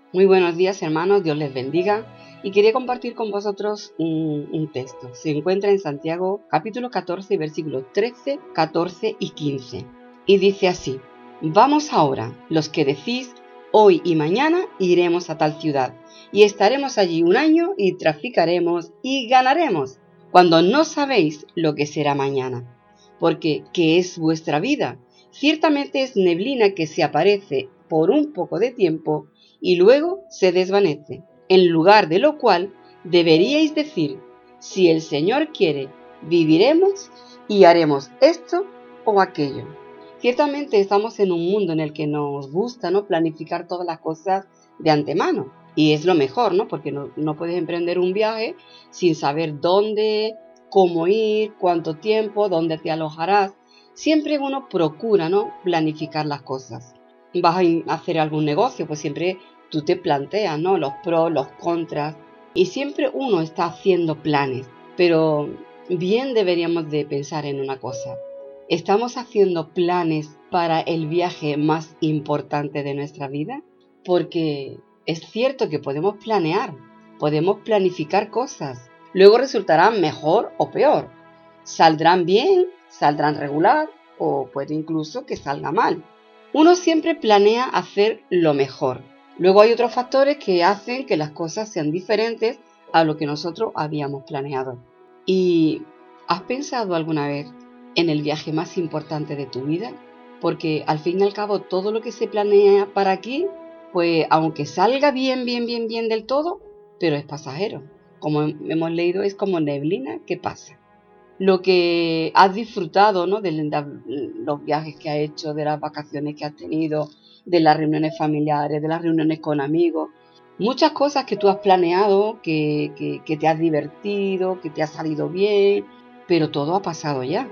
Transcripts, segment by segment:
Muy buenos días, hermanos, Dios les bendiga. Y quería compartir con vosotros un texto. Se encuentra en Santiago capítulo 14, versículos 13, 14 y 15. Y dice así: Vamos ahora, los que decís, hoy y mañana iremos a tal ciudad, y estaremos allí un año, y traficaremos, y ganaremos, cuando no sabéis lo que será mañana. Porque, ¿qué es vuestra vida? Ciertamente es neblina que se aparece por un poco de tiempo, y luego se desvanece. En lugar de lo cual deberíais decir: si el Señor quiere, viviremos y haremos esto o aquello. Ciertamente estamos en un mundo en el que nos gusta, ¿no?, planificar todas las cosas de antemano. Y es lo mejor, ¿no? Porque no puedes emprender un viaje sin saber dónde, cómo ir, cuánto tiempo, dónde te alojarás. Siempre uno procura, ¿no?, planificar las cosas. Vas a hacer algún negocio, pues siempre tú te planteas, ¿no?, los pros, los contras, y siempre uno está haciendo planes. Pero bien deberíamos de pensar en una cosa: ¿estamos haciendo planes para el viaje más importante de nuestra vida? Porque es cierto que podemos planear, podemos planificar cosas, luego resultarán mejor o peor, saldrán bien, saldrán regular, o puede incluso que salga mal. Uno siempre planea hacer lo mejor. Luego hay otros factores que hacen que las cosas sean diferentes a lo que nosotros habíamos planeado. ¿Y has pensado alguna vez en el viaje más importante de tu vida? Porque al fin y al cabo todo lo que se planea para aquí, pues aunque salga bien del todo, pero es pasajero. Como hemos leído, es como neblina que pasa. Lo que has disfrutado, ¿no?, de los viajes que has hecho, de las vacaciones que has tenido, de las reuniones familiares, de las reuniones con amigos, muchas cosas que tú has planeado, que te has divertido, que te ha salido bien, pero todo ha pasado ya.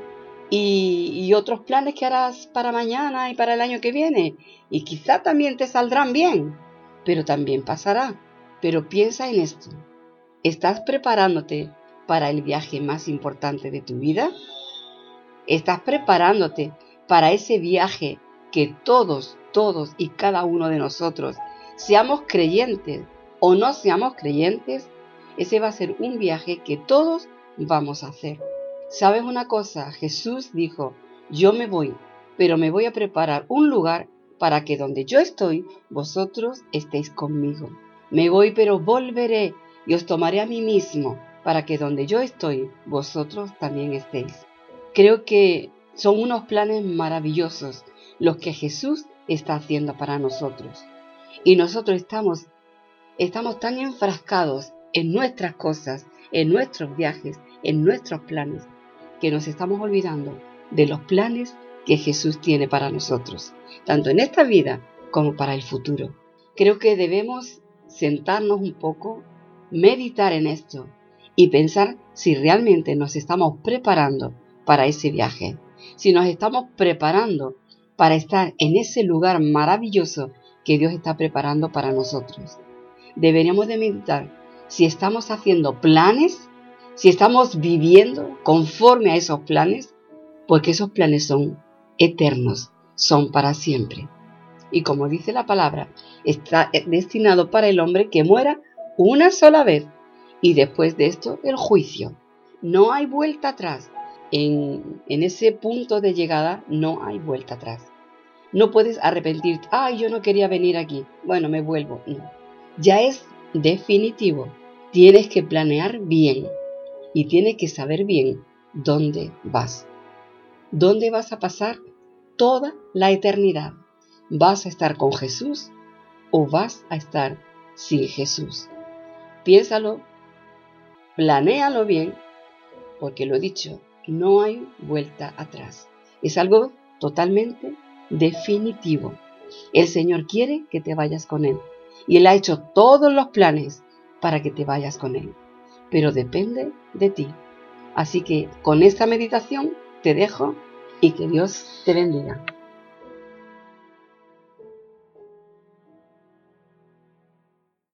Y otros planes que harás para mañana y para el año que viene, y quizá también te saldrán bien, pero también pasará. Pero piensa en esto: ¿estás preparándote para el viaje más importante de tu vida? ¿Estás preparándote para ese viaje que todos y cada uno de nosotros, seamos creyentes o no seamos creyentes, ese va a ser un viaje que todos vamos a hacer? ¿Sabes una cosa? Jesús dijo: yo me voy, pero me voy a preparar un lugar para que donde yo estoy, vosotros estéis conmigo. Me voy, pero volveré y os tomaré a mí mismo, para que donde yo estoy, vosotros también estéis. Creo que son unos planes maravillosos los que Jesús está haciendo para nosotros. Y nosotros estamos tan enfrascados en nuestras cosas, en nuestros viajes, en nuestros planes, que nos estamos olvidando de los planes que Jesús tiene para nosotros, tanto en esta vida como para el futuro. Creo que debemos sentarnos un poco, meditar en esto y pensar si realmente nos estamos preparando para ese viaje, si nos estamos preparando para estar en ese lugar maravilloso que Dios está preparando para nosotros. Deberíamos de meditar si estamos haciendo planes, si estamos viviendo conforme a esos planes, porque esos planes son eternos, son para siempre. Y como dice la palabra, está destinado para el hombre que muera una sola vez, y después de esto el juicio. No hay vuelta atrás. En ese punto de llegada no hay vuelta atrás. No puedes arrepentirte: ay, yo no quería venir aquí, bueno, me vuelvo. No, ya es definitivo. Tienes que planear bien y tienes que saber bien dónde vas. ¿Dónde vas a pasar toda la eternidad? ¿Vas a estar con Jesús o vas a estar sin Jesús? Piénsalo, planéalo bien, porque lo he dicho, no hay vuelta atrás. Es algo totalmente definitivo. El Señor quiere que te vayas con Él, y Él ha hecho todos los planes para que te vayas con Él, pero depende de ti. Así que con esta meditación te dejo y que Dios te bendiga.